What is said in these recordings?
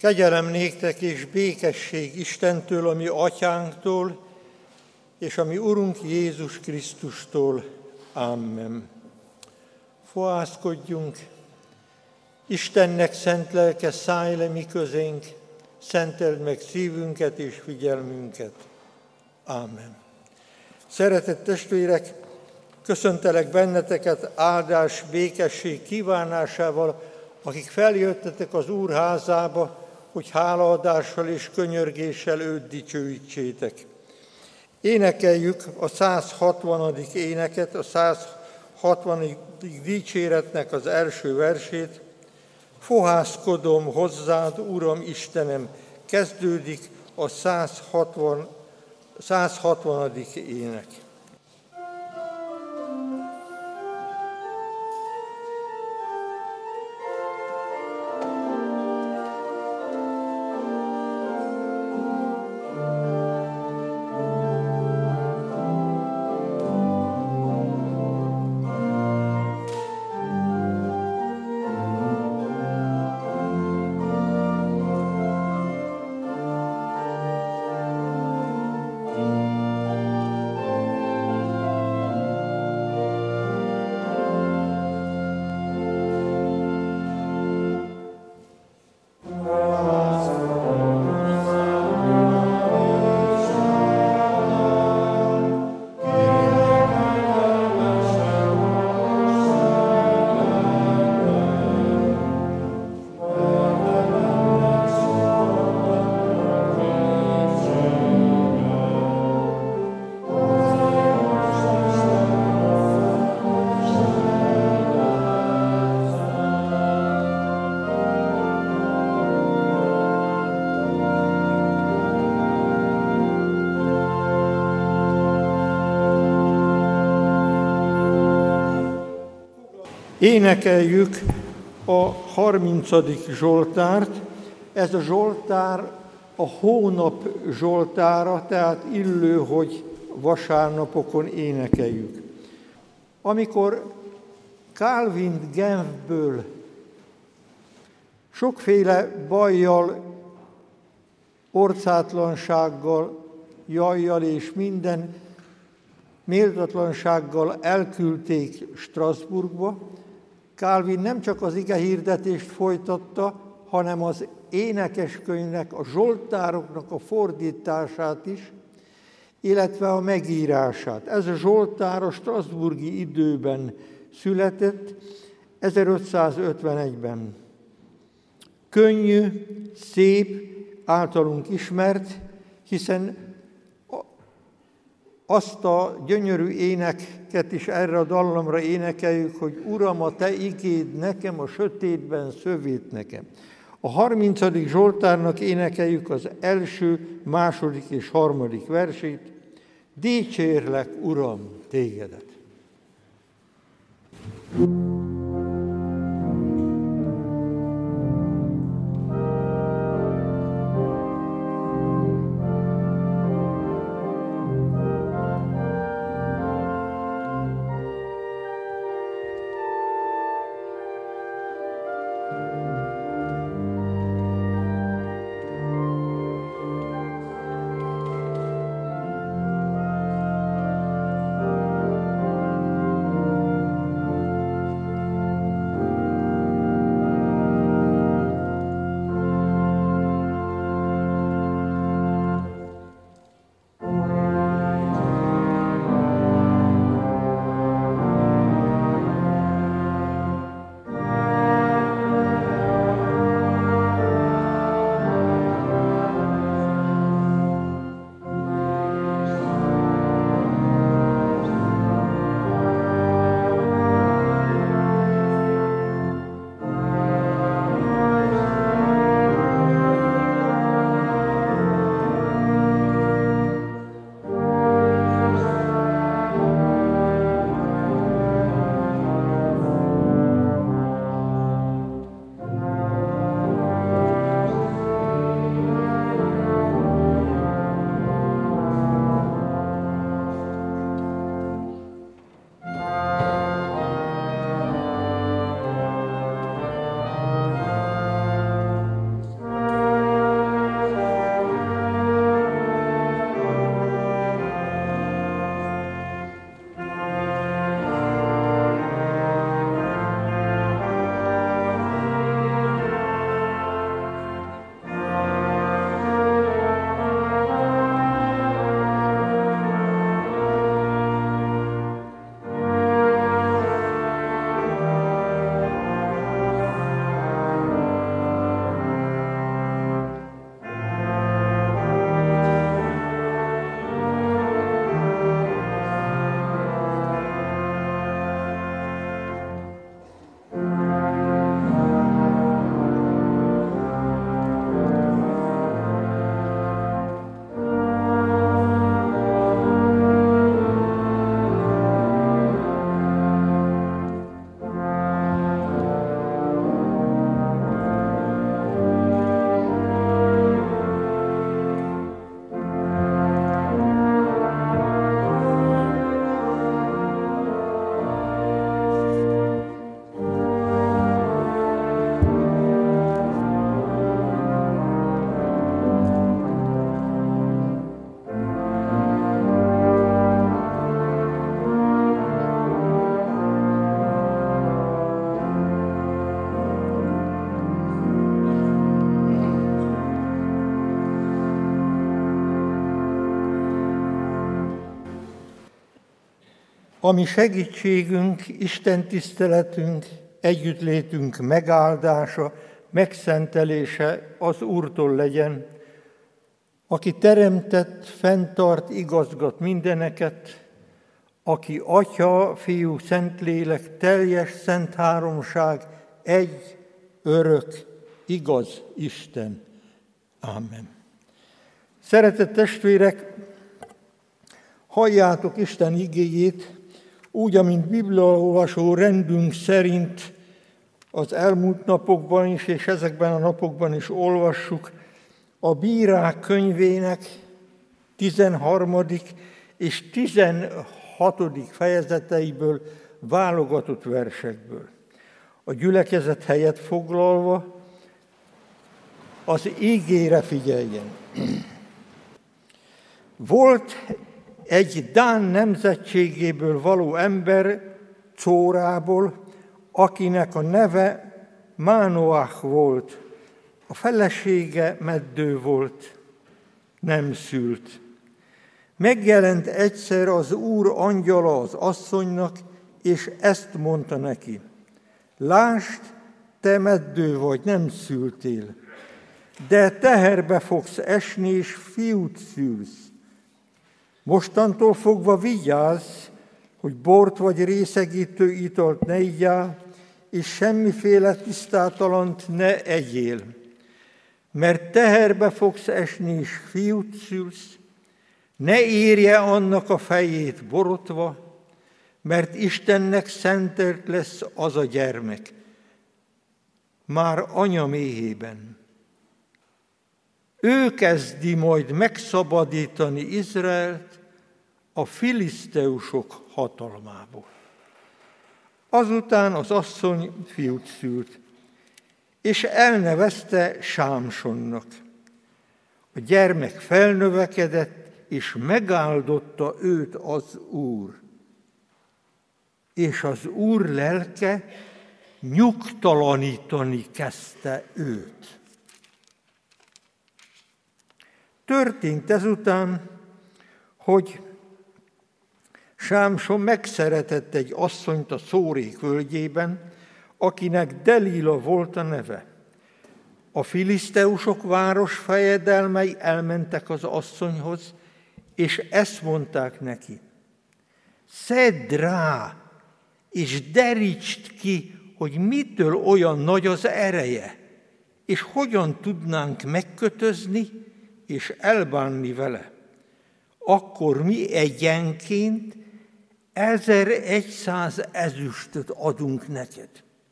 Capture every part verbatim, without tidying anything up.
Kegyelem néktek és békesség Istentől, a mi atyánktól, és a mi Urunk Jézus Krisztustól. Amen. Fohászkodjunk. Istennek szent lelke, szállj le mi közénk, szenteld meg szívünket és figyelmünket. Amen. Szeretett testvérek, köszöntelek benneteket áldás, békesség kívánásával, akik feljöttetek az Úr házába, hogy hálaadással és könyörgéssel őt dicsőítsétek. Énekeljük a száz hatvanadik éneket, a száz hatvanadik dicséretnek az első versét. Fohászkodom hozzád, Uram Istenem, kezdődik a száz hatvanadik ének. Énekeljük a harmincadik Zsoltárt. Ez a Zsoltár a hónap Zsoltára, tehát illő, hogy vasárnapokon énekeljük. Amikor Calvin Genfből sokféle bajjal, orcátlansággal, jajjal és minden méltatlansággal elküldték Strasbourgba, Calvin nem csak az ige hirdetést folytatta, hanem az énekeskönyvnek, a zsoltároknak a fordítását is, illetve a megírását. Ez a zsoltár a strasbourgi időben született, ezerötszázötvenegyben. Könnyű, szép, általunk ismert, hiszen azt a gyönyörű éneket is erre a dallamra énekeljük, hogy Uram, a Te igéd nekem, a sötétben szövét nekem. A harmincadik Zsoltárnak énekeljük az első, második és harmadik versét. Dicsérlek, Uram, Tégedet! ami segítségünk, Isten tiszteletünk, együttlétünk megáldása, megszentelése az Úrtól legyen, aki teremtett, fenntart, igazgat mindeneket, aki Atya, Fiú, Szentlélek, teljes szent háromság, egy, örök, igaz Isten. Ámen. Szeretett testvérek, halljátok Isten igéjét, úgy, amint bibliaolvasó rendünk szerint az elmúlt napokban is, és ezekben a napokban is olvassuk a Bírák könyvének tizenharmadik és tizenhatodik fejezeteiből válogatott versekből. A gyülekezet helyet foglalva az ígére figyeljen. Volt egy Dán nemzetségéből való ember, Czórából, akinek a neve Mánoach volt. A felesége meddő volt, nem szült. Megjelent egyszer az Úr angyala az asszonynak, és ezt mondta neki: lásd, te meddő vagy, nem szültél, de teherbe fogsz esni, és fiút szülsz. Mostantól fogva vigyázz, hogy bort vagy részegítő italt ne igyál, és semmiféle tisztátalant ne egyél. Mert teherbe fogsz esni, és fiút szülsz, ne érje annak a fejét borotva, mert Istennek szentelt lesz az a gyermek, már anya méhében. Ő kezdi majd megszabadítani Izraelt a filiszteusok hatalmából. Azután az asszony fiút szült, és elnevezte Sámsonnak. A gyermek felnövekedett, és megáldotta őt az Úr. És az Úr lelke nyugtalanítani kezdte őt. Történt ezután, hogy Sámson megszeretett egy asszonyt a Szórék völgyében, akinek Delila volt a neve. A filiszteusok város fejedelmei elmentek az asszonyhoz, és ezt mondták neki: szedd rá, és derítsd ki, hogy mitől olyan nagy az ereje, és hogyan tudnánk megkötözni, és elbánni vele. Akkor mi egyenként ezeregyszáz ezüstöt adunk neked.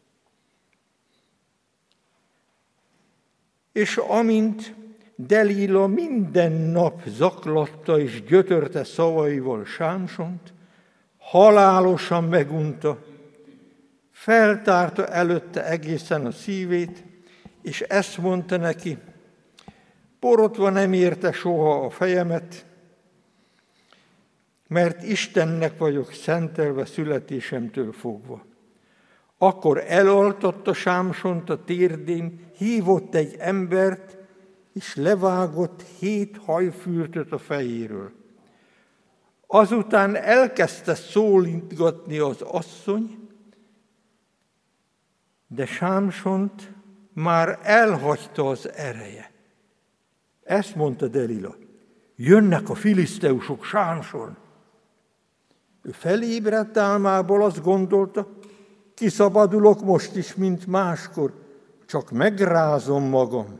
És amint Delila minden nap zaklatta és gyötörte szavaival Sámsont, halálosan megunta, feltárta előtte egészen a szívét, és ezt mondta neki: borotva nem érte soha a fejemet, mert Istennek vagyok szentelve születésemtől fogva. Akkor elaltatta Sámsont a térdén, hívott egy embert, és levágott hét hajfürtöt a fejéről. Azután elkezdte szólítgatni az asszony, de Sámsont már elhagyta az ereje. Ezt mondta Delila: jönnek a filiszteusok, Sámson. Ő felébredt álmából, azt gondolta: kiszabadulok most is, mint máskor, csak megrázom magam.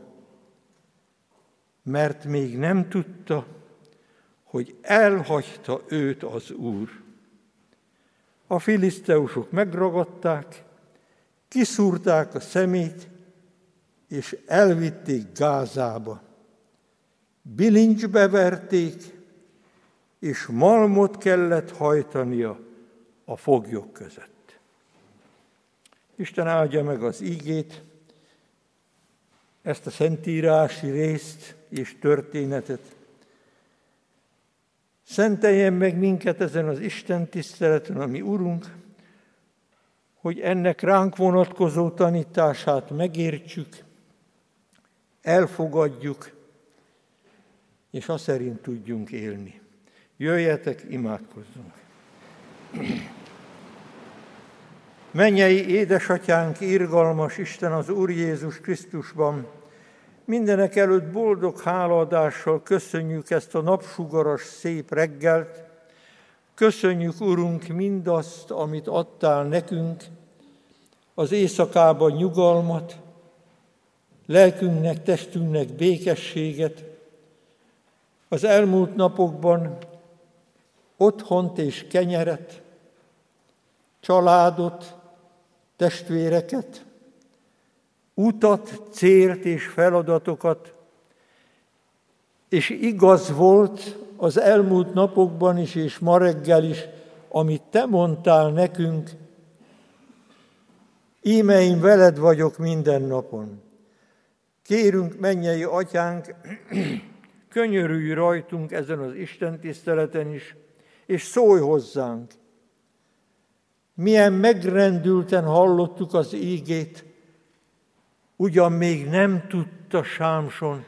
Mert még nem tudta, hogy elhagyta őt az Úr. A filiszteusok megragadták, kiszúrták a szemét, és elvitték Gázába. Bilincsbe verték, és malmot kellett hajtania a foglyok között. Isten áldja meg az ígét, ezt a szentírási részt és történetet. Szenteljen meg minket ezen az Isten tiszteleten, ami Urunk, hogy ennek ránk vonatkozó tanítását megértsük, elfogadjuk, és azt szerint tudjunk élni. Jöjjetek, imádkozzunk! Mennyei édesatyánk, irgalmas Isten az Úr Jézus Krisztusban, mindenek előtt boldog hálaadással köszönjük ezt a napsugaras szép reggelt. Köszönjük, Urunk, mindazt, amit adtál nekünk, az éjszakában nyugalmat, lelkünknek, testünknek békességet, az elmúlt napokban otthont és kenyeret, családot, testvéreket, utat, célt és feladatokat, és igaz volt az elmúlt napokban is, és ma reggel is, amit te mondtál nekünk, íme én veled vagyok minden napon. Kérünk, mennyei atyánk, könyörülj rajtunk ezen az Isten tiszteleten is, és szólj hozzánk. Milyen megrendülten hallottuk az ígét, ugyan még nem tudta Sámson,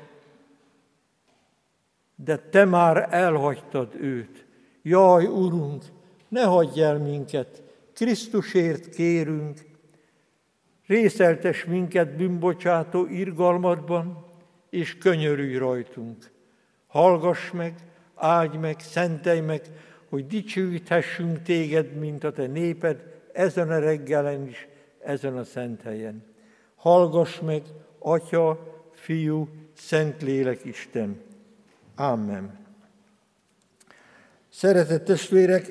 de te már elhagytad őt. Jaj, Urunk, ne hagyj el minket, Krisztusért kérünk, részeltes minket bűnbocsátó irgalmadban, és könyörülj rajtunk. Hallgass meg, áldj meg, szentelj meg, hogy dicsőíthessünk téged, mint a te néped, ezen a reggelen is, ezen a szent helyen. Hallgass meg, Atya, Fiú, Szentlélek Isten. Amen. Szeretett testvérek,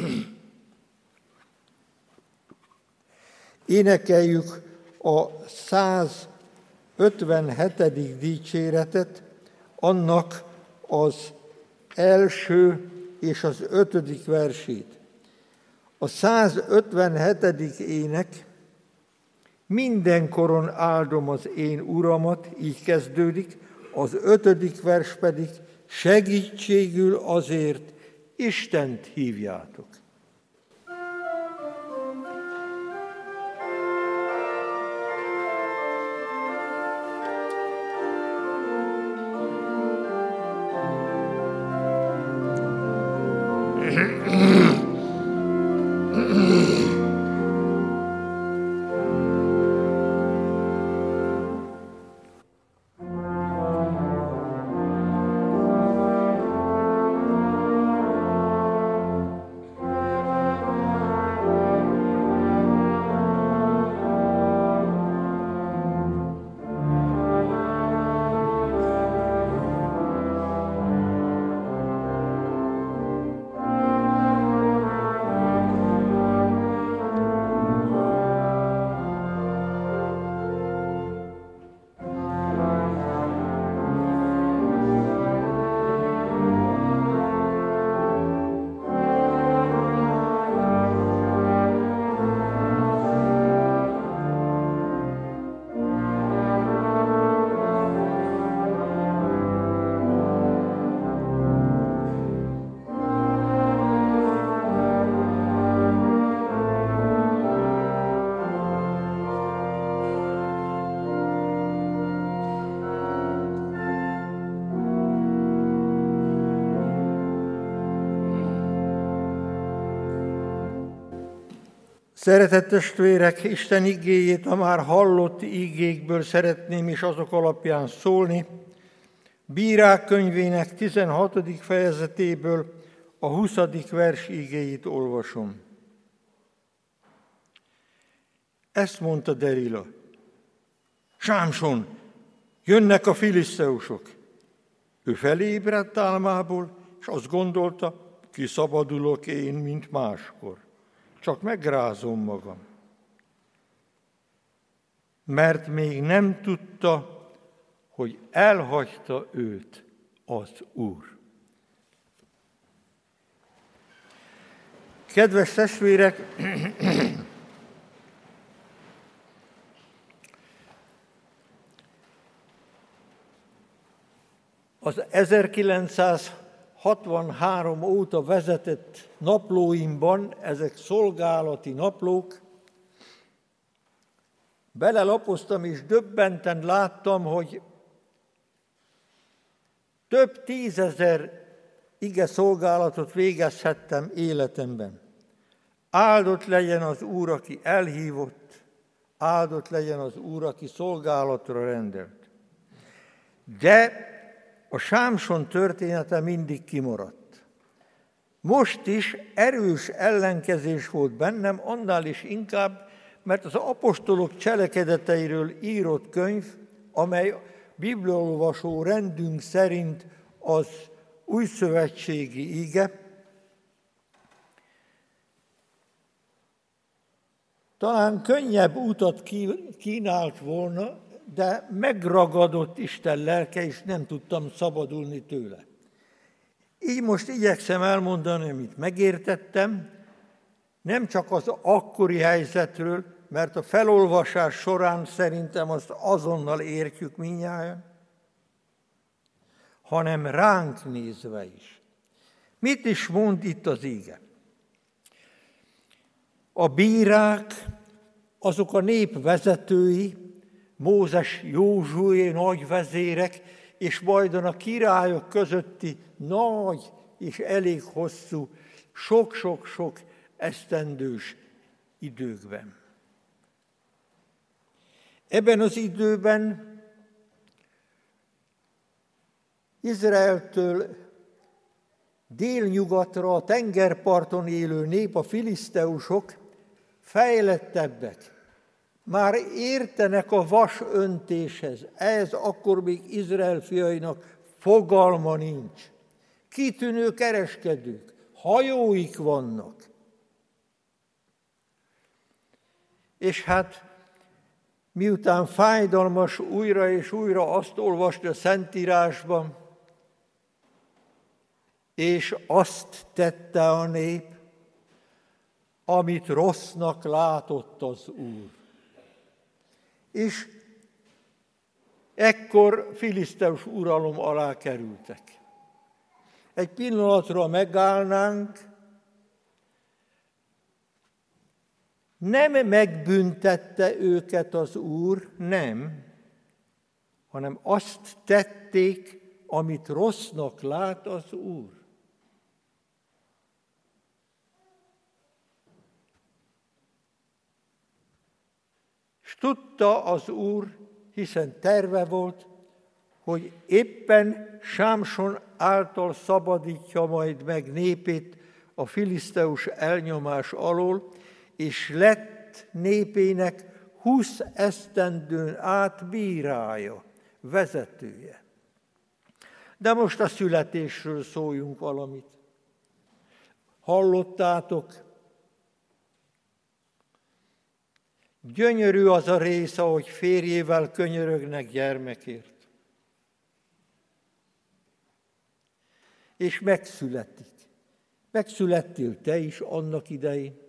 énekeljük a százötvenhetedik dicséretet, annak az első és az ötödik versét. A százötvenhetedik ének, mindenkoron áldom az én Uramat, így kezdődik, az ötödik vers pedig, segítségül azért Istent hívjátok. Szeretett testvérek, Isten igéjét a már hallott igékből szeretném is azok alapján szólni. Bírák könyvének tizenhatodik fejezetéből a huszadik vers igéjét olvasom. Ezt mondta Delila. Sámson, jönnek a filiszteusok. Ő felébredt álmából, és azt gondolta, kiszabadulok én, mint máskor. Csak megrázom magam. Mert még nem tudta, hogy elhagyta őt az Úr. Kedves testvérek, az ezerkilencszázhatvanhárom óta vezetett naplóimban, ezek szolgálati naplók, belelapoztam és döbbenten láttam, hogy több tízezer ige szolgálatot végezhettem életemben. Áldott legyen az Úr, aki elhívott, áldott legyen az Úr, aki szolgálatra rendelt. De a Sámson története mindig kimaradt. Most is erős ellenkezés volt bennem, annál is inkább, mert az apostolok cselekedeteiről írott könyv, amely bibliaolvasó rendünk szerint az újszövetségi ige, talán könnyebb utat kínált volna, de megragadott Isten lelke, és nem tudtam szabadulni tőle. Így most igyekszem elmondani, amit megértettem, nem csak az akkori helyzetről, mert a felolvasás során szerintem azt azonnal értjük mindnyájan, hanem ránk nézve is. Mit is mond itt az íge? A bírák, azok a nép vezetői, Mózes, Józsué nagyvezérek, és majdon a királyok közötti nagy és elég hosszú, sok-sok-sok esztendős időkben. Ebben az időben Izraeltől délnyugatra a tengerparton élő nép, a filiszteusok fejlettebbek. Már értenek a vasöntéshez. Ez akkor még Izrael fiainak fogalma nincs. Kitűnő kereskedők, hajóik vannak. És hát miután fájdalmas újra és újra azt olvasni a Szentírásban, és azt tette a nép, amit rossznak látott az Úr. És ekkor filiszteus uralom alá kerültek. Egy pillanatra megállnánk, nem megbüntette őket az Úr, nem, hanem azt tették, amit rossznak lát az Úr. És tudta az Úr, hiszen terve volt, hogy éppen Sámson által szabadítja majd meg népét a filiszteus elnyomás alól, és lett népének húsz esztendőn át bírája, vezetője. De most a születésről szóljunk valamit. Hallottátok? Gyönyörű az a rész, ahogy férjével könyörögnek gyermekért. És megszületik. Megszülettél te is annak idején.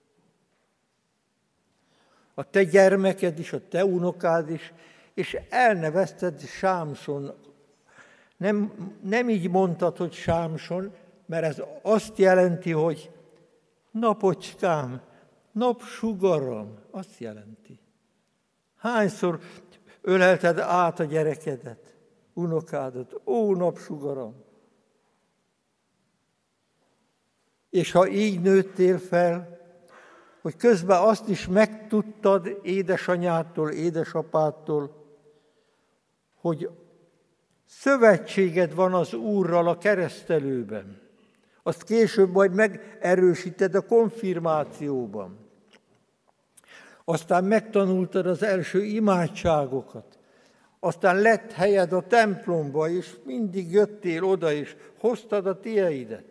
A te gyermeked is, a te unokád is, és elnevezted Sámson. Nem, nem így mondtad, hogy Sámson, mert ez azt jelenti, hogy napocskám, napsugaram, azt jelenti. Hányszor ölelted át a gyerekedet, unokádat, ó, napsugaram. És ha így nőttél fel, hogy közben azt is megtudtad édesanyádtól, édesapádtól, hogy szövetséged van az Úrral a keresztelőben. Azt később majd megerősíted a konfirmációban. Aztán megtanultad az első imádságokat. Aztán lett helyed a templomba, és mindig jöttél oda, és hoztad a tieidet.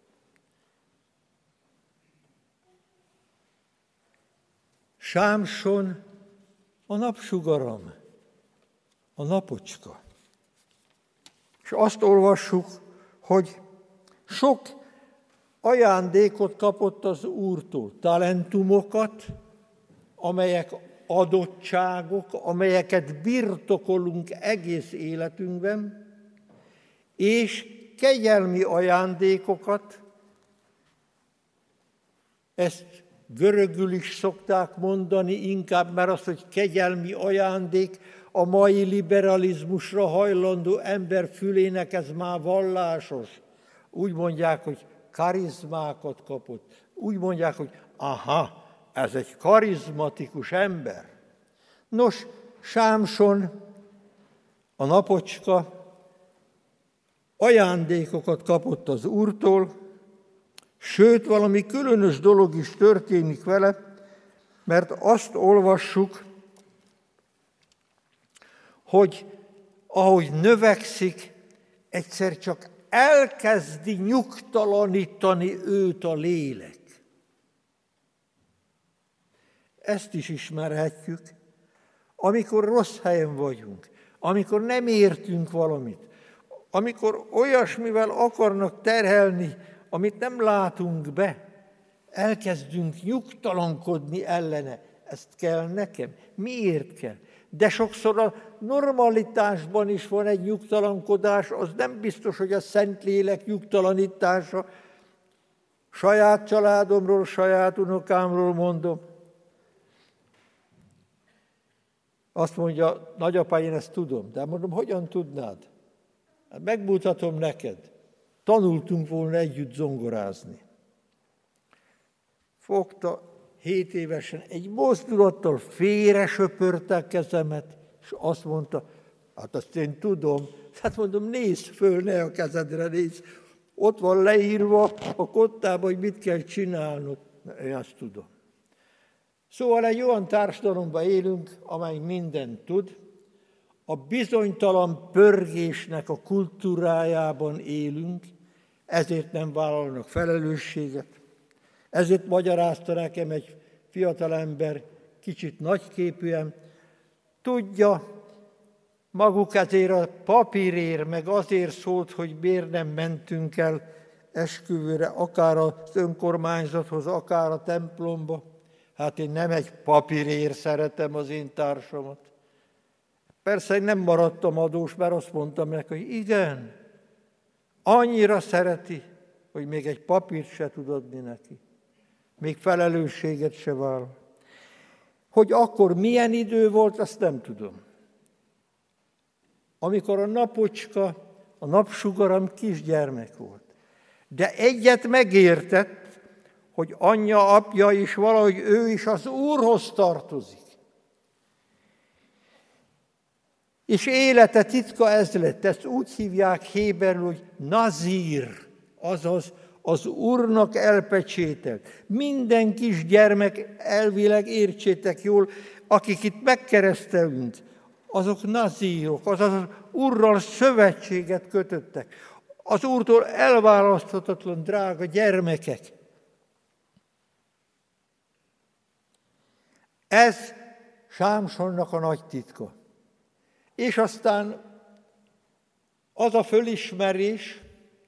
Sámson a napsugaram, a napocska. És azt olvassuk, hogy sok ajándékot kapott az Úrtól, talentumokat, amelyek adottságok, amelyeket birtokolunk egész életünkben, és kegyelmi ajándékokat, ezt görögül is szokták mondani, inkább, mert az, hogy kegyelmi ajándék, a mai liberalizmusra hajlandó ember fülének ez már vallásos. Úgy mondják, hogy karizmákat kapott. Úgy mondják, hogy aha, ez egy karizmatikus ember. Nos, Sámson, a napocska, ajándékokat kapott az Úrtól, sőt, valami különös dolog is történik vele, mert azt olvassuk, hogy ahogy növekszik, egyszer csak elkezdi nyugtalanítani őt a lélek. Ezt is ismerhetjük, amikor rossz helyen vagyunk, amikor nem értünk valamit, amikor olyasmivel akarnak terhelni, amit nem látunk be, elkezdünk nyugtalankodni ellene. Ezt kell nekem? Miért kell? De sokszor a normalitásban is van egy nyugtalankodás, az nem biztos, hogy a Szentlélek nyugtalanítása. Saját családomról, saját unokámról mondom. Azt mondja, nagyapá, én ezt tudom, de mondom, hogyan tudnád? Hát megmutatom neked. Tanultunk volna együtt zongorázni. Fogta hét évesen, egy mozdulattal félre söpörte a kezemet, és azt mondta, hát azt én tudom. Hát mondom, nézd föl, ne a kezedre nézd. Ott van leírva a kottában, hogy mit kell csinálnod. Én azt tudom. Szóval egy olyan társadalomban élünk, amely mindent tud, a bizonytalan pörgésnek a kultúrájában élünk, ezért nem vállalnak felelősséget. Ezért magyarázta nekem egy fiatalember, kicsit nagyképűen, tudja, maguk ezért a papírért, meg azért szólt, hogy miért nem mentünk el esküvőre, akár az önkormányzathoz, akár a templomba. Hát én nem egy papírért szeretem az én társamat. Persze én nem maradtam adós, mert azt mondtam neki, hogy igen, annyira szereti, hogy még egy papírt se tud adni neki. Még felelősséget se vállal. Hogy akkor milyen idő volt, azt nem tudom. Amikor a napocska, a napsugaram kisgyermek volt. De egyet megértett, hogy anyja, apja is, valahogy ő is az Úrhoz tartozik. És élete titka ez lett, ezt úgy hívják héberül, hogy nazír, azaz az Úrnak elpecsételt. Minden kisgyermek, elvileg értsétek jól, akik itt megkeresztelünk, azok nazírok, azaz az Úrral szövetséget kötöttek. Az Úrtól elválaszthatatlan drága gyermekek. Ez Sámsonnak a nagy titka. És aztán az a fölismerés,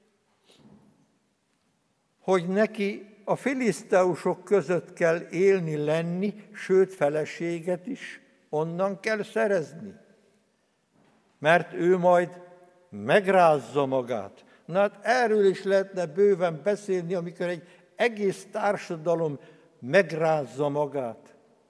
hogy neki a filiszteusok között kell élni, lenni, sőt feleséget is onnan kell szerezni. Mert ő majd megrázza magát. Na hát erről is lehetne bőven beszélni, amikor egy egész társadalom megrázza magát.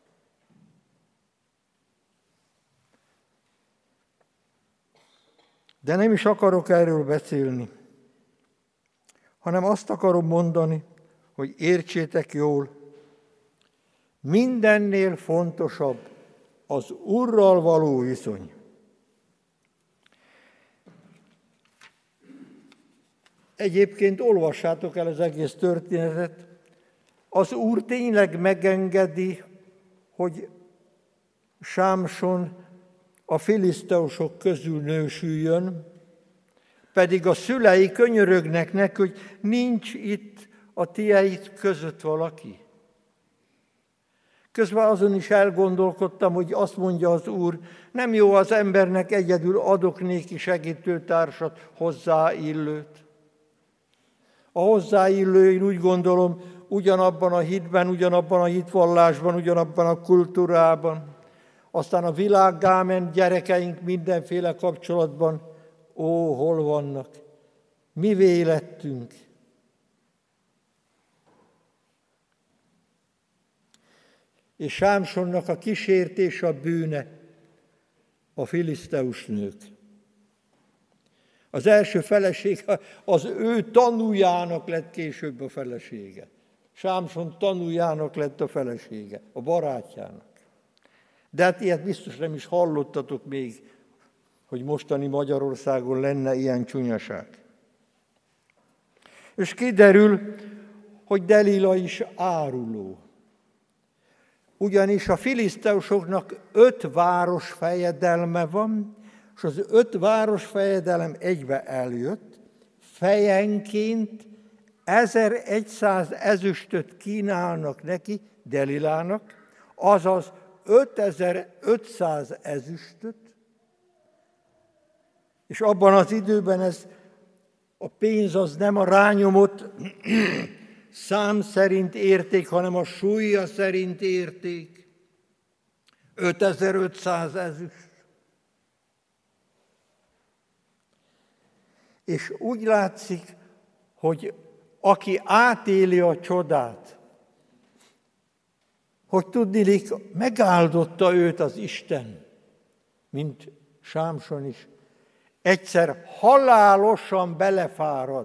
De nem is akarok erről beszélni, hanem azt akarom mondani, hogy értsétek jól, mindennél fontosabb az Úrral való viszony. Egyébként olvassátok el az egész történetet. Az Úr tényleg megengedi, hogy Sámson a filiszteusok közül nősüljön, pedig a szülei könyörögnek neki, hogy nincs itt a tieid között valaki. Közben azon is elgondolkodtam, hogy azt mondja az Úr, nem jó az embernek egyedül adok néki segítőtársat, hozzáillőt. A hozzáillő, én úgy gondolom, ugyanabban a hitben, ugyanabban a hitvallásban, ugyanabban a kultúrában. Aztán a világgá ment gyerekeink mindenféle kapcsolatban, ó, hol vannak? Mivé lettünk? És Sámsonnak a kísértés a bűne a filiszteus nők. Az első feleség az ő tanújának lett később a felesége. Sámson tanújának lett a felesége, a barátjának. De hát ilyet biztos nem is hallottatok még, hogy mostani Magyarországon lenne ilyen csúnyaság. És kiderül, hogy Delila is áruló. Ugyanis a filiszteusoknak öt város fejedelme van, és az öt város fejedelem egybe eljött, fejenként ezerszáz ezüstöt kínálnak neki, Delilának, azaz ötezer-ötszáz ezüstöt, és abban az időben ez a pénz az nem a rányomott szám szerint érték, hanem a súlya szerint érték. ötezer-ötszáz ezüst. És úgy látszik, hogy aki átéli a csodát, hogy tudniillik, megáldotta őt az Isten, mint Sámson is, egyszer halálosan belefárad.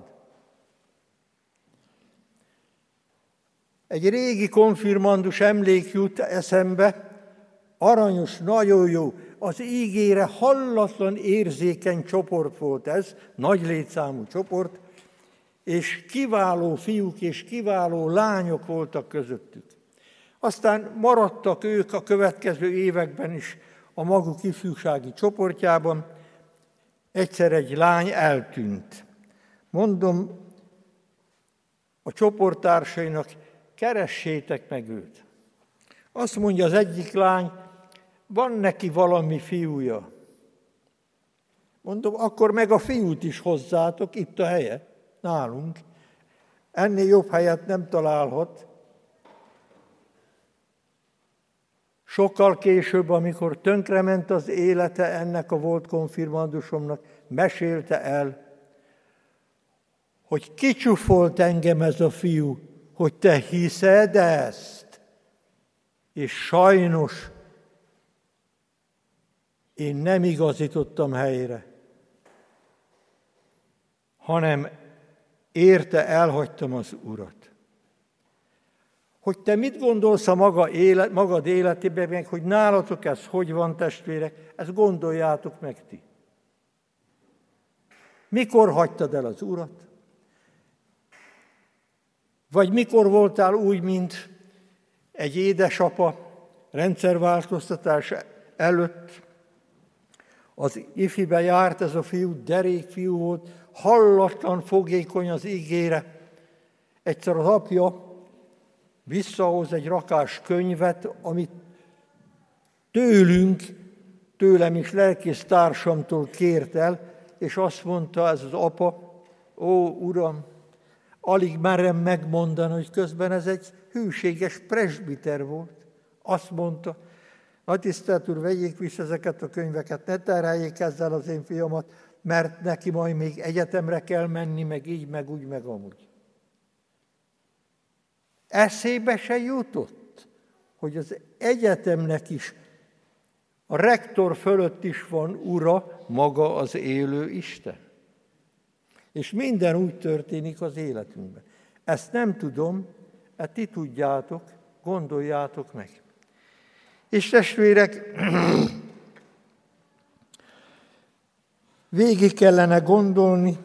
Egy régi konfirmandus emlék jut eszembe, aranyos, nagyon jó, az ígére hallatlan érzékeny csoport volt ez, nagy létszámú csoport, és kiváló fiúk és kiváló lányok voltak közöttük. Aztán maradtak ők a következő években is a maguk ifjúsági csoportjában, egyszer egy lány eltűnt. Mondom a csoporttársainak, keressétek meg őt. Azt mondja az egyik lány, van neki valami fiúja. Mondom, akkor meg a fiút is hozzátok, itt a helye, nálunk. Ennél jobb helyet nem találhat. Sokkal később, amikor tönkrement az élete ennek a volt konfirmandusomnak, mesélte el, hogy kicsúfolt engem ez a fiú, hogy te hiszed ezt? És sajnos én nem igazítottam helyre, hanem érte elhagytam az Urat. Hogy te mit gondolsz a maga élet, magad életében, meg hogy nálatok ez hogy van, testvérek, ezt gondoljátok meg ti. Mikor hagytad el az Urat? Vagy mikor voltál úgy, mint egy édesapa rendszerváltoztatás előtt? Az ifibe járt ez a fiú, derék fiú volt, hallatlan fogékony az ígére. Egyszer az apja visszahoz egy rakás könyvet, amit tőlünk, tőlem is lelkész társamtól kért el, és azt mondta ez az apa, ó, Uram, alig merem megmondani, hogy közben ez egy hűséges presbiter volt. Azt mondta, nagy tisztelt Úr, vegyék vissza ezeket a könyveket, ne tereljék ezzel az én fiamat, mert neki majd még egyetemre kell menni, meg így, meg úgy, meg amúgy. Eszébe se jutott, hogy az egyetemnek is, a rektor fölött is van ura, maga az élő Isten. És minden úgy történik az életünkben. Ezt nem tudom, ezt ti tudjátok, gondoljátok meg. És testvérek, végig kellene gondolni,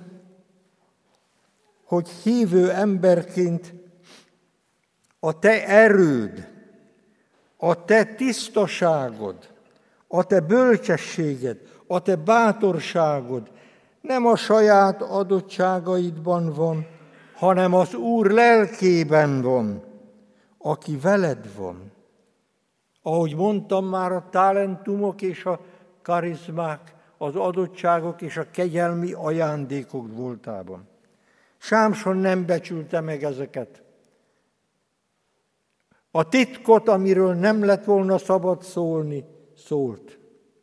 hogy hívő emberként a te erőd, a te tisztaságod, a te bölcsességed, a te bátorságod nem a saját adottságaidban van, hanem az Úr lelkében van, aki veled van. Ahogy mondtam már, a talentumok és a karizmák, az adottságok és a kegyelmi ajándékok voltában. Sámson nem becsülte meg ezeket. A titkot, amiről nem lett volna szabad szólni, szólt.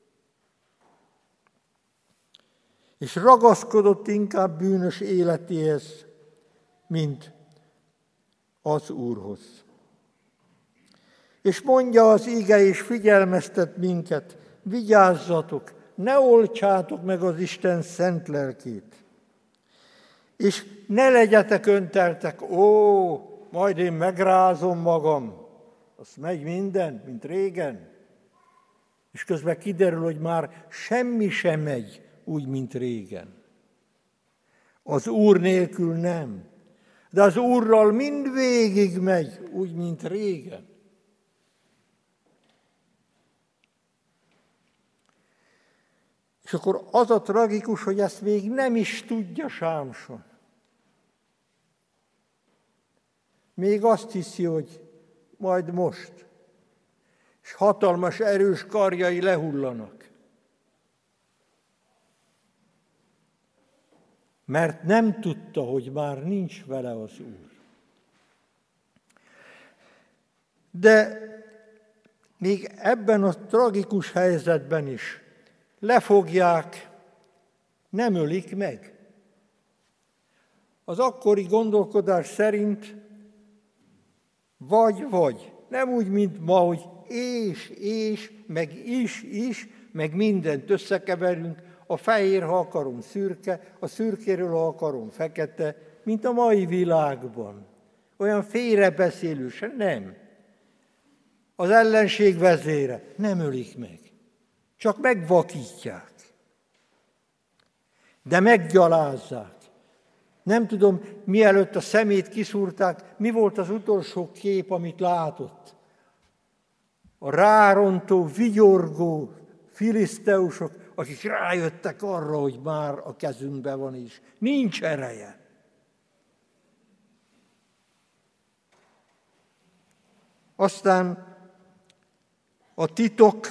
És ragaszkodott inkább bűnös életéhez, mint az Úrhoz. És mondja az ige, és figyelmeztet minket, vigyázzatok, ne oltsátok meg az Isten szent lelkét. És ne legyetek önteltek, ó, majd én megrázom magam, azt megy minden, mint régen. És közben kiderül, hogy már semmi sem megy úgy, mint régen. Az Úr nélkül nem. De az Úrral mindvégig megy, úgy, mint régen. És akkor az a tragikus, hogy ezt még nem is tudja Sámson. Még azt hiszi, hogy majd most. És hatalmas, erős karjai lehullanak. Mert nem tudta, hogy már nincs vele az Úr. De még ebben a tragikus helyzetben is lefogják, nem ölik meg. Az akkori gondolkodás szerint vagy-vagy, nem úgy, mint ma, hogy és, és, meg is, is, meg mindent összekeverünk, a fehér, ha akarom, szürke, a szürkéről, ha akarom, fekete, mint a mai világban. Olyan félrebeszélősen nem. Az ellenség vezére nem ölik meg, csak megvakítják. De meggyalázzák. Nem tudom, mielőtt a szemét kiszúrták, mi volt az utolsó kép, amit látott. A rárontó, vigyorgó filiszteusok, akik rájöttek arra, hogy már a kezünkben van is. Nincs ereje. Aztán a titok,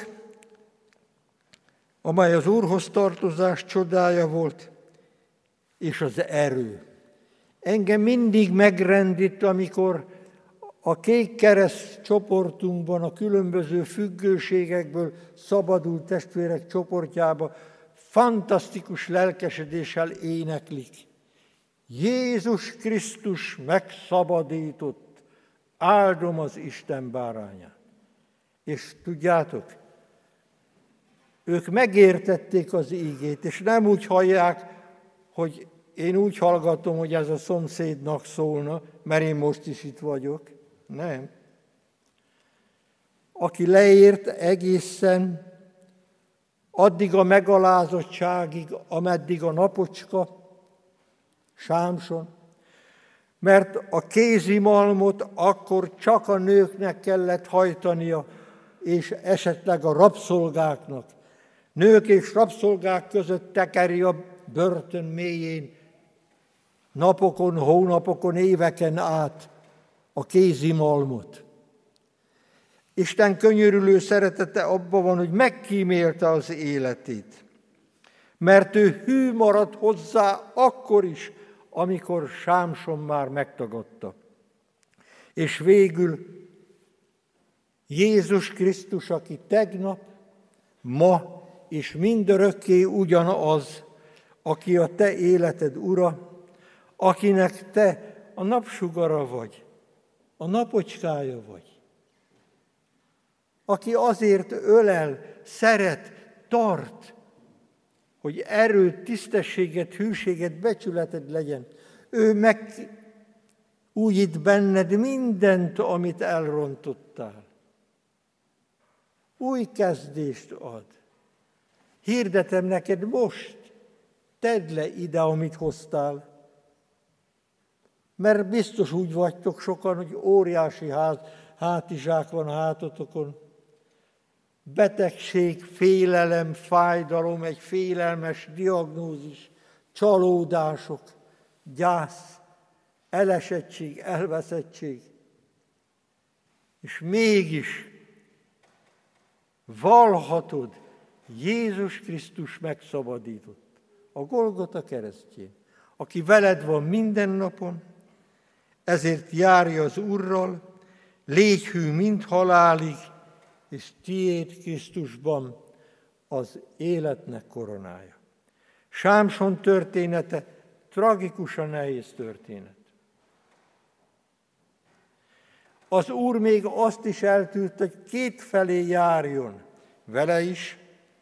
amely az Úrhoz tartozás csodája volt, és az erő. Engem mindig megrendít, amikor a Kék Kereszt csoportunkban, a különböző függőségekből szabadult testvérek csoportjába fantasztikus lelkesedéssel éneklik. Jézus Krisztus megszabadított, áldom az Isten bárányát. És tudjátok, ők megértették az ígét, és nem úgy hallják, hogy én úgy hallgatom, hogy ez a szomszédnak szólna, mert én most is itt vagyok. Nem. Aki leért egészen addig a megalázottságig, ameddig a napocska, Sámson, mert a kézimalmot akkor csak a nőknek kellett hajtania, és esetleg a rabszolgáknak. Nők és rabszolgák között tekeri a börtön mélyén napokon, hónapokon, éveken át a kézimalmot. Isten könyörülő szeretete abban van, hogy megkímélte az életét, mert ő hű maradt hozzá akkor is, amikor Sámson már megtagadta. És végül Jézus Krisztus, aki tegnap, ma és mindörökké ugyanaz, aki a te életed ura, akinek te a napsugara vagy, a napocskája vagy, aki azért ölel, szeret, tart, hogy erőt, tisztességet, hűséget, becsületed legyen. Ő megújít benned mindent, amit elrontottál. Új kezdést ad. Hirdetem neked most, tedd le ide, amit hoztál. Mert biztos úgy vagytok sokan, hogy óriási hát, hátizsák van a hátotokon. Betegség, félelem, fájdalom, egy félelmes diagnózis, csalódások, gyász, elesettség, elveszettség. És mégis vallhatod, Jézus Krisztus megszabadított a Golgota keresztjén, aki veled van minden napon, ezért járj az Úrral, légy hű mind halálig, és tiéd Krisztusban az életnek koronája. Sámson története tragikusan nehéz történet. Az Úr még azt is eltűrt, hogy kétfelé járjon vele is,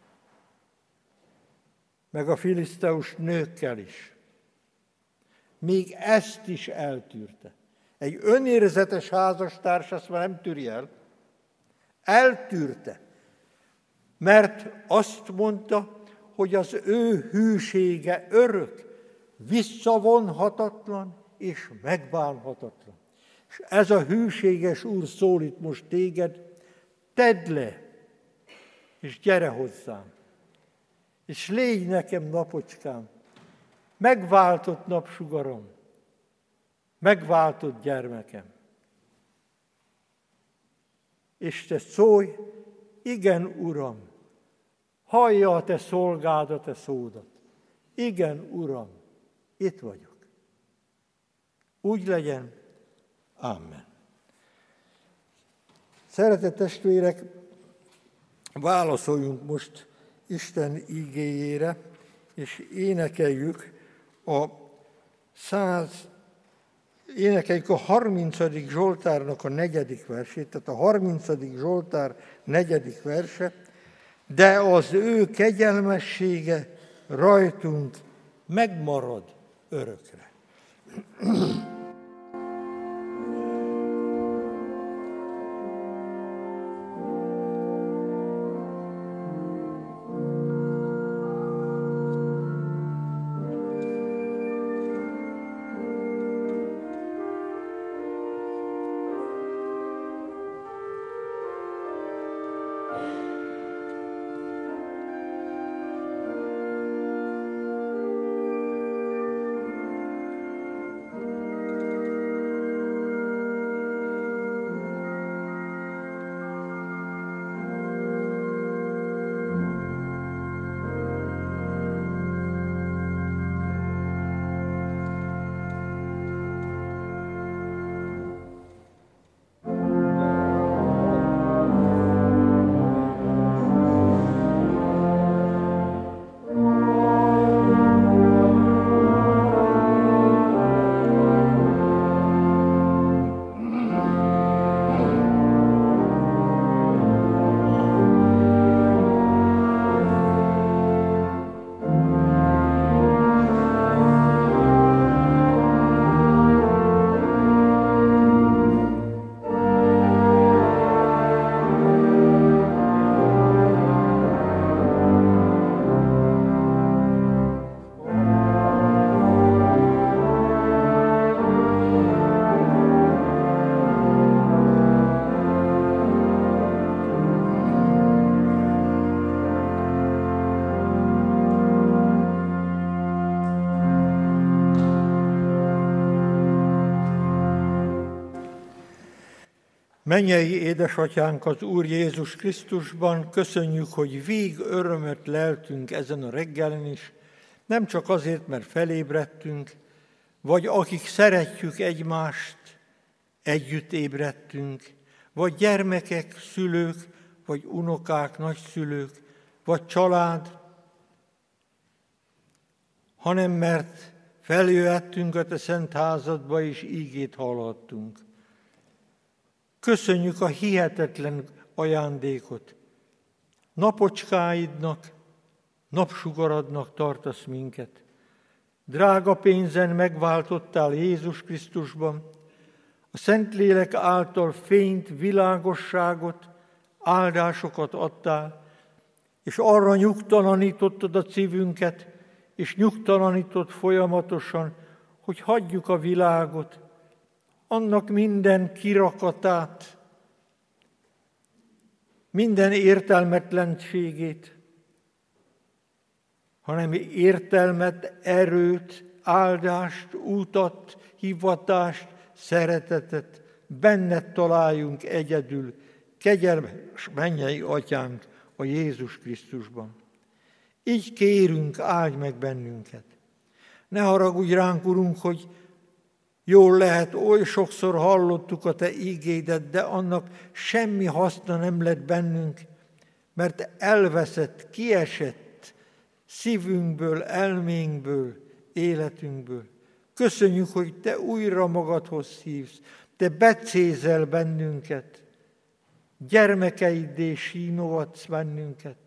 meg a filiszteus nőkkel is. Még ezt is eltűrte. Egy önérzetes házastárs ezt már nem tűri el. Eltűrte, mert azt mondta, hogy az ő hűsége örök, visszavonhatatlan és megbánhatatlan. És ez a hűséges Úr szólít most téged, tedd le, és gyere hozzám, és légy nekem napocskám, megváltott napsugarom, megváltott gyermekem. És te szólj, igen, Uram, hallja a te szolgád a te szódat. Igen, Uram, itt vagyok. Úgy legyen. Amen. Szeretett testvérek, válaszoljunk most Isten igéjére, és énekeljük a száz, énekeljük a harmincadik Zsoltárnak a negyedik versét, tehát a harmincadik Zsoltár negyedik verse, de az ő kegyelmessége rajtunk megmarad örökre. Mennyei édesatyánk az Úr Jézus Krisztusban, köszönjük, hogy vég örömöt leltünk ezen a reggelen is, nem csak azért, mert felébredtünk, vagy akik szeretjük egymást, együtt ébredtünk, vagy gyermekek, szülők, vagy unokák, nagyszülők, vagy család, hanem mert feljöhettünk a te szent házadba, és ígét hallhattunk. Köszönjük a hihetetlen ajándékot. Napocskáidnak, napsugaradnak tartasz minket. Drága pénzen megváltottál Jézus Krisztusban, a Szentlélek által fényt, világosságot, áldásokat adtál, és arra nyugtalanítottad a szívünket, és nyugtalanított folyamatosan, hogy hagyjuk a világot, annak minden kirakatát, minden értelmetlenségét, hanem értelmet, erőt, áldást, útat, hivatást, szeretetet benned találjunk egyedül, kegyelmes mennyei atyánk a Jézus Krisztusban. Így kérünk, áldj meg bennünket. Ne haragudj ránk, Urunk, hogy jól lehet, oly sokszor hallottuk a te ígédet, de annak semmi haszna nem lett bennünk, mert elveszett, kiesett szívünkből, elménkből, életünkből. Köszönjük, hogy te újra magadhoz hívsz, te becézel bennünket, gyermekeiddé sínogatsz bennünket.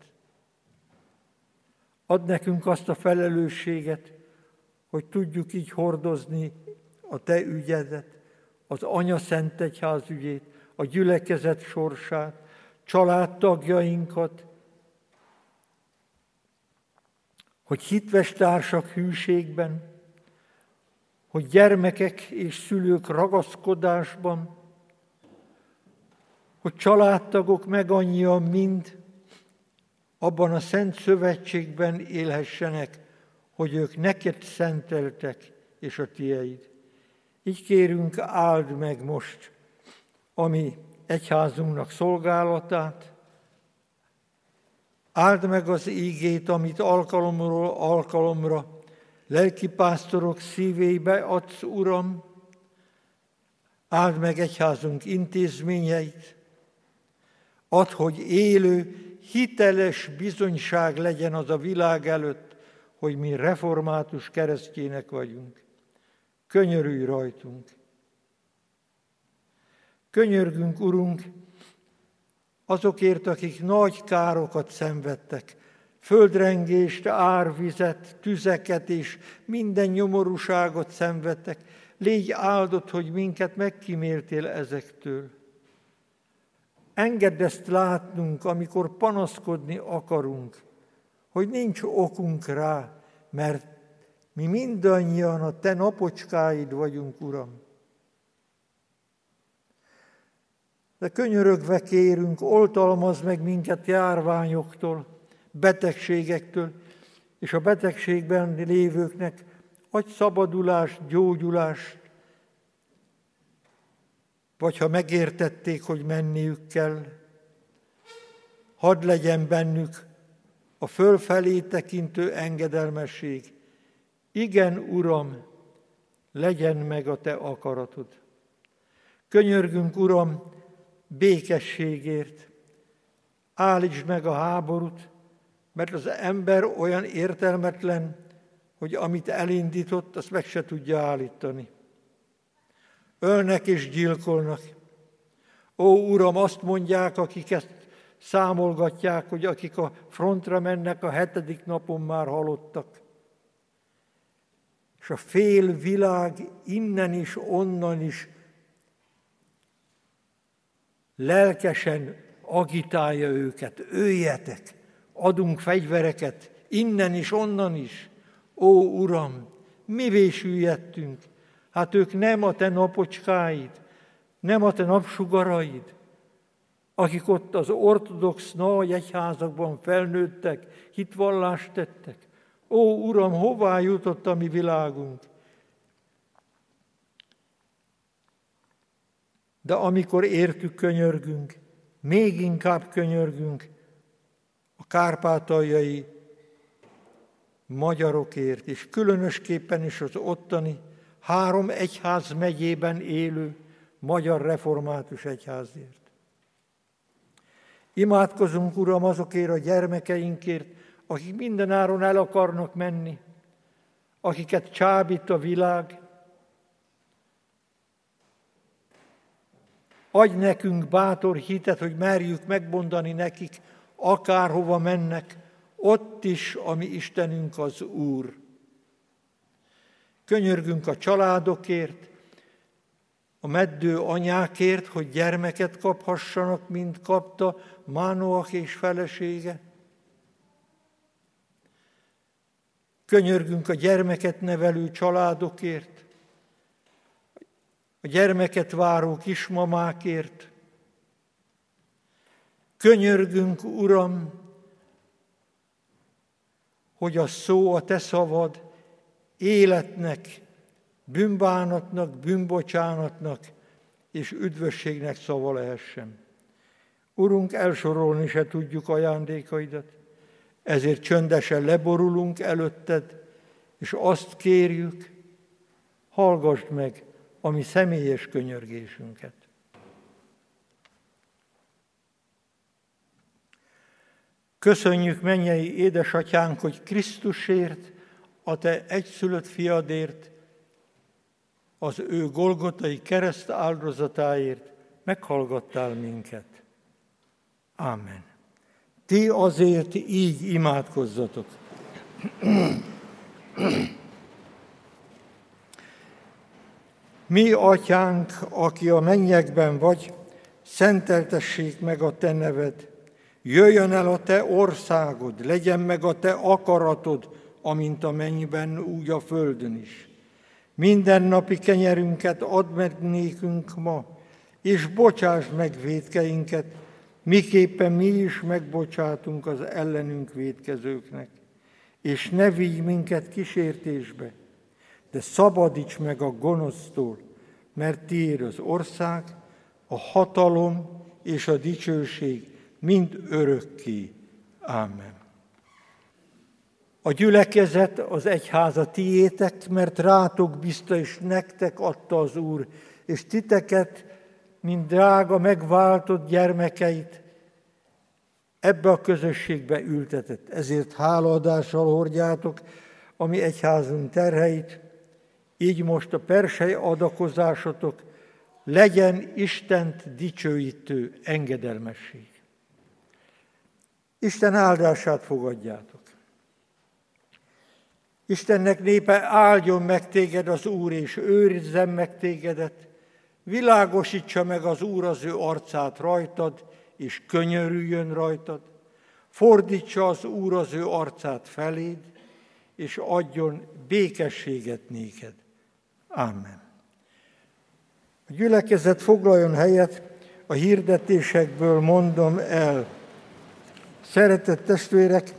Add nekünk azt a felelősséget, hogy tudjuk így hordozni a te ügyedet, az Anya Szent Egyház ügyét, a gyülekezet sorsát, családtagjainkat, hogy hitves társak hűségben, hogy gyermekek és szülők ragaszkodásban, hogy családtagok meg annyian mind abban a szent szövetségben élhessenek, hogy ők neked szenteltek, és a tieid. Így kérünk, áld meg most a mi egyházunknak szolgálatát, áld meg az ígét, amit alkalomról alkalomra lelkipásztorok szívébe adsz, Uram, áld meg egyházunk intézményeit, add, hogy élő, hiteles bizonyság legyen az a világ előtt, hogy mi református keresztjének vagyunk. Könyörülj rajtunk! Könyörgünk, Urunk, azokért, akik nagy károkat szenvedtek, földrengést, árvizet, tüzeket és minden nyomorúságot szenvedtek. Légy áldott, hogy minket megkíméltél ezektől. Engedd ezt látnunk, amikor panaszkodni akarunk, hogy nincs okunk rá, mert mi mindannyian a te napocskáid vagyunk, Uram. De könyörögve kérünk, oltalmazd meg minket járványoktól, betegségektől, és a betegségben lévőknek adj szabadulást, gyógyulást, vagy ha megértették, hogy menniük kell, hadd legyen bennük a fölfelé tekintő engedelmesség. Igen, Uram, legyen meg a te akaratod. Könyörgünk, Uram, békességért. Állítsd meg a háborút, mert az ember olyan értelmetlen, hogy amit elindított, azt meg se tudja állítani. Ölnek és gyilkolnak. Ó, Uram, azt mondják, akik ezt számolgatják, hogy akik a frontra mennek, a hetedik napon már halottak. És a fél világ innen is, onnan is lelkesen agitálja őket. Öljetek, adunk fegyvereket, innen is, onnan is. Ó, Uram, mivé süllyedtünk? Hát ők nem a te napocskáid, nem a te napsugaraid, akik ott az ortodox nagy egyházakban felnőttek, hitvallást tettek. Ó, Uram, hová jutott a mi világunk? De amikor értük, könyörgünk, még inkább könyörgünk a kárpátaljai magyarokért, és különösképpen is az ottani három egyház megyében élő magyar református egyházért. Imádkozunk, Uram, azokért a gyermekeinkért, akik mindenáron el akarnak menni, akiket csábít a világ. Adj nekünk bátor hitet, hogy merjük megmondani nekik, akárhova mennek, ott is a mi Istenünk az Úr. Könyörgünk a családokért, a meddő anyákért, hogy gyermeket kaphassanak, mint kapta Mánoach és felesége. Könyörgünk a gyermeket nevelő családokért, a gyermeket váró kismamákért. Könyörgünk, Uram, hogy a szó, a te szavad életnek, bűnbánatnak, bűnbocsánatnak és üdvösségnek szava lehessen. Urunk, elsorolni se tudjuk ajándékaidat, ezért csöndesen leborulunk előtted, és azt kérjük, hallgassd meg a mi személyes könyörgésünket. Köszönjük, mennyei édesatyánk, hogy Krisztusért, a te egyszülött fiadért, az ő golgotai kereszt áldozatáért meghallgattál minket. Ámen. Ti azért így imádkozzatok. Mi, atyánk, aki a mennyekben vagy, szenteltessék meg a te neved. Jöjjön el a te országod, legyen meg a te akaratod, amint a mennyben, úgy a földön is. Mindennapi kenyerünket add meg nékünk ma, és bocsásd meg vétkeinket, miképpen mi is megbocsátunk az ellenünk vétkezőknek. És ne vigy minket kísértésbe, de szabadíts meg a gonosztól, mert tiéd az ország, a hatalom és a dicsőség mind örökké. Ámen. A gyülekezet, az egyház a tiétek, mert rátok bízta, és nektek adta az Úr, és titeket, mint drága, megváltott gyermekeit, ebbe a közösségbe ültetett. Ezért hálaadással hordjátok a mi egyházunk terheit, így most a persely adakozásotok legyen Istent dicsőítő engedelmesség. Isten áldását fogadjátok. Istennek népe, áldjon meg téged az Úr, és őrizzen meg tégedet, világosítsa meg az Úr az ő arcát rajtad, és könyörüljön rajtad, fordítsa az Úr az ő arcát feléd, és adjon békességet néked. Ámen. A gyülekezet foglaljon helyet, a hirdetésekből mondom el. Szeretett testvérek,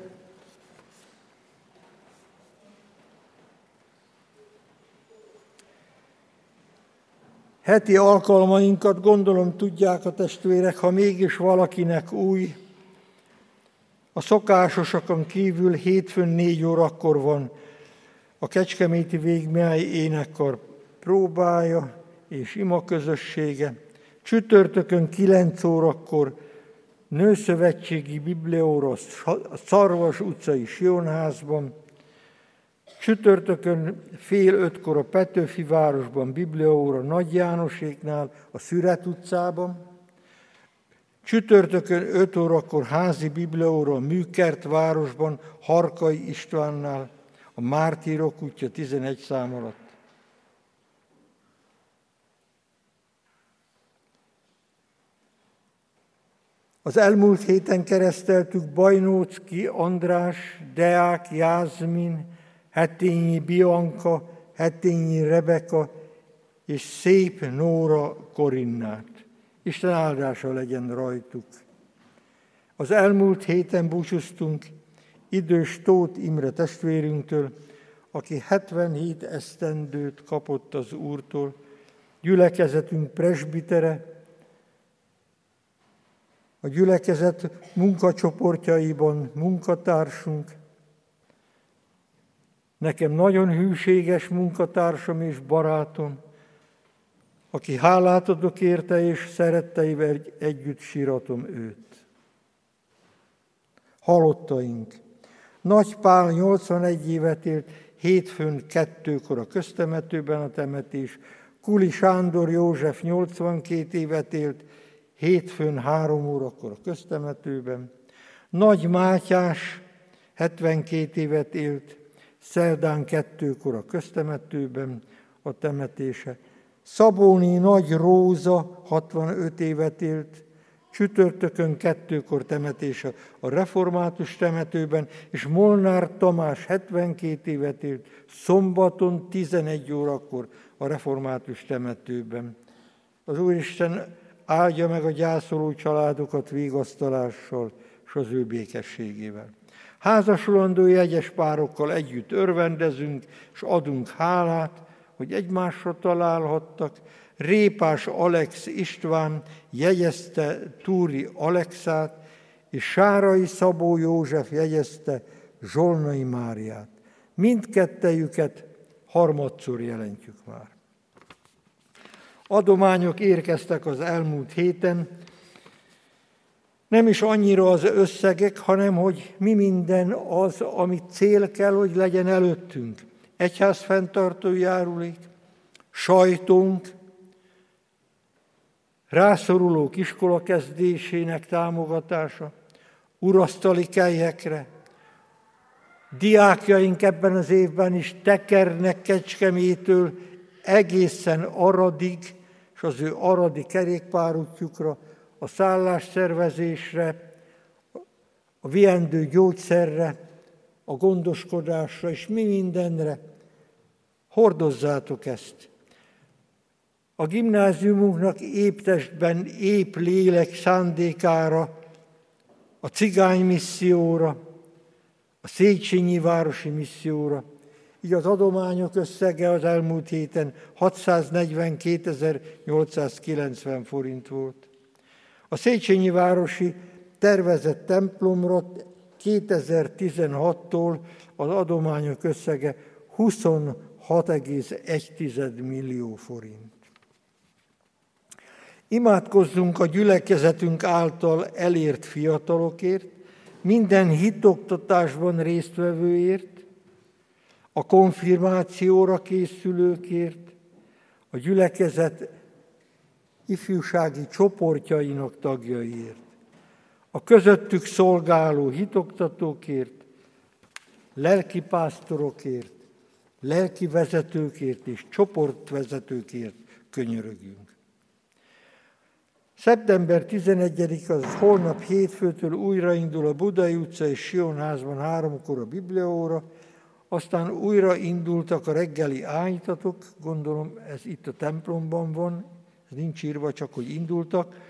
heti alkalmainkat gondolom tudják a testvérek, ha mégis valakinek új, a szokásosakon kívül hétfőn négy órakor van a Kecskeméti Végmáj Énekkar próbája és ima közössége. Csütörtökön kilenc órakor nőszövetségi bibliaóra a Szarvas utcai Sionházban, csütörtökön fél ötkor a Petőfi városban bibliaóra Nagy Jánoséknál, a Szüret utcában, csütörtökön öt órakor házi bibliaóra a Műkert városban, Harkai Istvánnál, a Mártírok útja tizenegy szám alatt. Az elmúlt héten kereszteltük Bajnóczki András, Deák Jászmin, Hetényi Bianka, Hetényi Rebeka és Szép Nóra Korinnát. Isten áldása legyen rajtuk. Az elmúlt héten búcsúztunk idős Tóth Imre testvérünktől, aki hetvenhét esztendőt kapott az Úrtól, gyülekezetünk presbitere, a gyülekezet munkacsoportjaiban munkatársunk, nekem nagyon hűséges munkatársam és barátom, aki hálát adok érte, és szeretteivel együtt síratom őt. Halottaink. Nagy Pál nyolcvanegy évet élt, hétfőn kettőkor a köztemetőben a temetés, Kuli Sándor József nyolcvankét évet élt, hétfőn három órakor a köztemetőben, Nagy Mátyás hetvenkét évet élt, szerdán kettőkor a köztemetőben a temetése, Szabóni Nagy Róza hatvanöt évet élt, csütörtökön kettőkor temetése a református temetőben, és Molnár Tamás hetvenkét évet élt, szombaton tizenegy órakor a református temetőben. Az Úristen áldja meg a gyászoló családokat vigasztalással és az ő békességével. Házasulandó jegyes párokkal együtt örvendezünk, és adunk hálát, hogy egymásra találhattak. Répás Alex István jegyezte Túri Alexát, és Sárai Szabó József jegyezte Zsolnai Máriát. Mindkettejüket harmadszor jelentjük már. Adományok érkeztek az elmúlt héten, nem is annyira az összegek, hanem hogy mi minden az, ami cél kell, hogy legyen előttünk. Egyházfenntartó járulék, sajtónk, rászorulók iskola kezdésének támogatása, urasztali kelyhekre, diákjaink ebben az évben is tekernek Kecskemétől egészen Aradig, és az ő aradi kerékpárútjukra, a szállásszervezésre, a viendő gyógyszerre, a gondoskodásra, és mi mindenre. Hordozzátok ezt. A gimnáziumunknak épp testben, épp lélek szándékára, a cigány misszióra, a Széchenyi városi misszióra. Így az adományok összege az elmúlt héten hatszáznegyvenkétezer-nyolcszázkilencven forint volt. A Széchenyi városi tervezett templomra kétezer-tizenhattól az adományok összege huszonhat egész egy millió forint. Imádkozzunk a gyülekezetünk által elért fiatalokért, minden hitoktatásban résztvevőért, a konfirmációra készülőkért, a gyülekezet ifjúsági csoportjainak tagjaiért, a közöttük szolgáló hitoktatókért, lelkipásztorokért, lelki vezetőkért és csoportvezetőkért könyörögünk. szeptember tizenegyedike, az holnap hétfőtől újraindul a Budai utca és Sionházban háromkor a bibliaóra, aztán újra indultak a reggeli ánytatok, gondolom ez itt a templomban van, ez nincs írva, csak hogy indultak.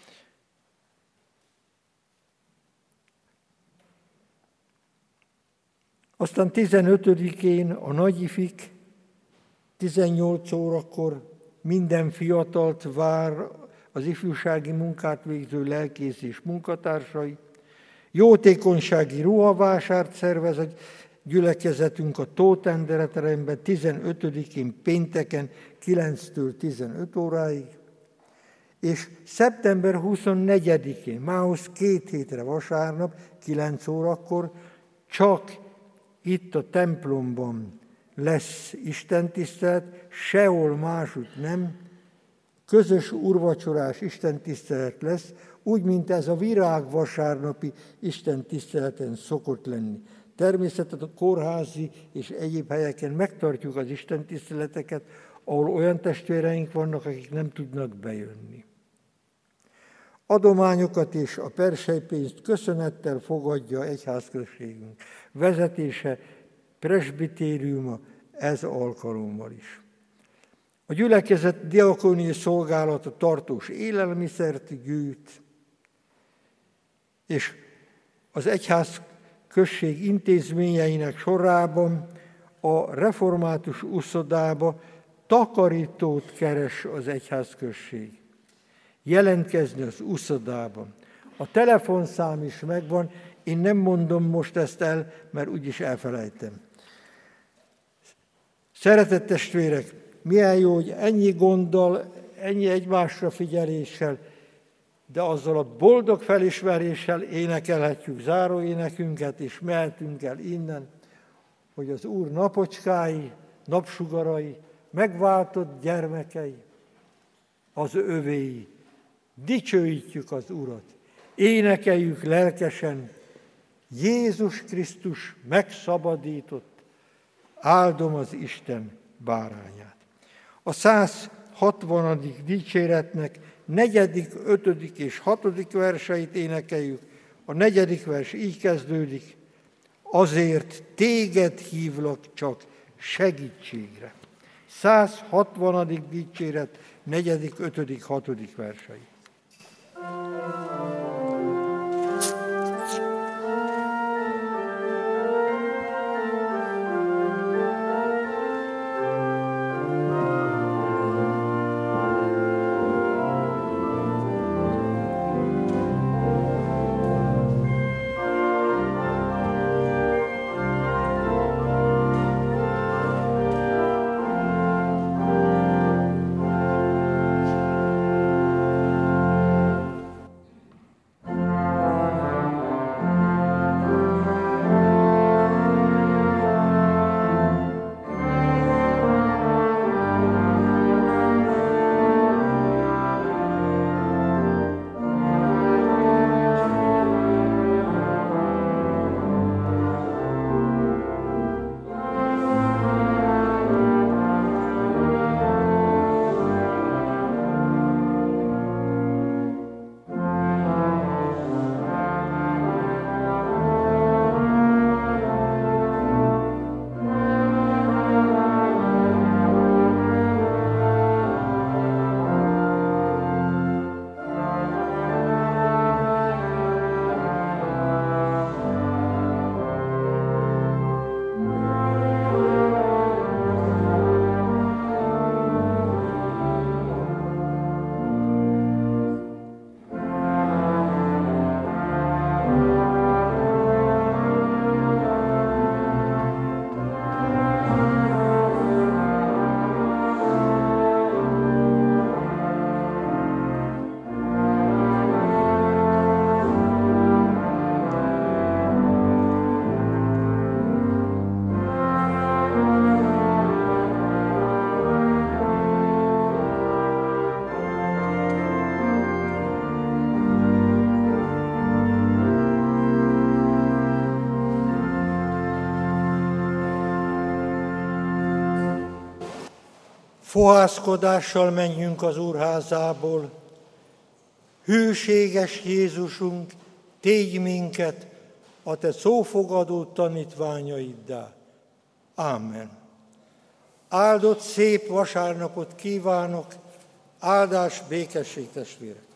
Aztán tizenötödikén a nagyifik tizennyolc órakor minden fiatalt vár az ifjúsági munkát végző lelkész és munkatársai. Jótékonysági ruhavásárt szervez a gyülekezetünk a Tótendereteremben tizenötödikén pénteken kilenctől tizenöt óráig, és szeptember huszonnegyedikén, mához két hétre vasárnap, kilenc órakor csak itt a templomban lesz istentisztelet, sehol másút nem, közös úrvacsorás istentisztelet lesz, úgy, mint ez a virágvasárnapi istentiszteleten szokott lenni. Természetesen a kórházi és egyéb helyeken megtartjuk az istentiszteleteket, ahol olyan testvéreink vannak, akik nem tudnak bejönni. Adományokat és a perselypénzt köszönettel fogadja egyházközségünk vezetése, presbitériuma ez alkalommal is. A gyülekezet diakóniai szolgálata tartós élelmiszert gyűjt, és az egyház község intézményeinek sorában a református uszodába takarítót keres az egyházközség. Jelentkezni az uszodában. A telefonszám is megvan, én nem mondom most ezt el, mert úgyis elfelejtem. Szeretett testvérek, milyen jó, hogy ennyi gonddal, ennyi egymásra figyeléssel, de azzal a boldog felismeréssel énekelhetjük záróénekünket, és mehetünk el innen, hogy az Úr napocskái, napsugarai, megváltott gyermekei, az övéi. Dicsőítjük az Urat, énekeljük lelkesen, Jézus Krisztus megszabadított, áldom az Isten bárányát. A száz hatvanadik dicséretnek negyedik, ötödik és hatodik verseit énekeljük. A negyedik vers így kezdődik, azért téged hívlak csak segítségre. száz hatvanadik dicséret, negyedik, ötödik, hatodik versei. Fohászkodással menjünk az Úrházából. Hűséges Jézusunk, tégy minket a te szófogadó tanítványaiddá. Ámen. Áldott szép vasárnapot kívánok, áldás, békesség testvérek!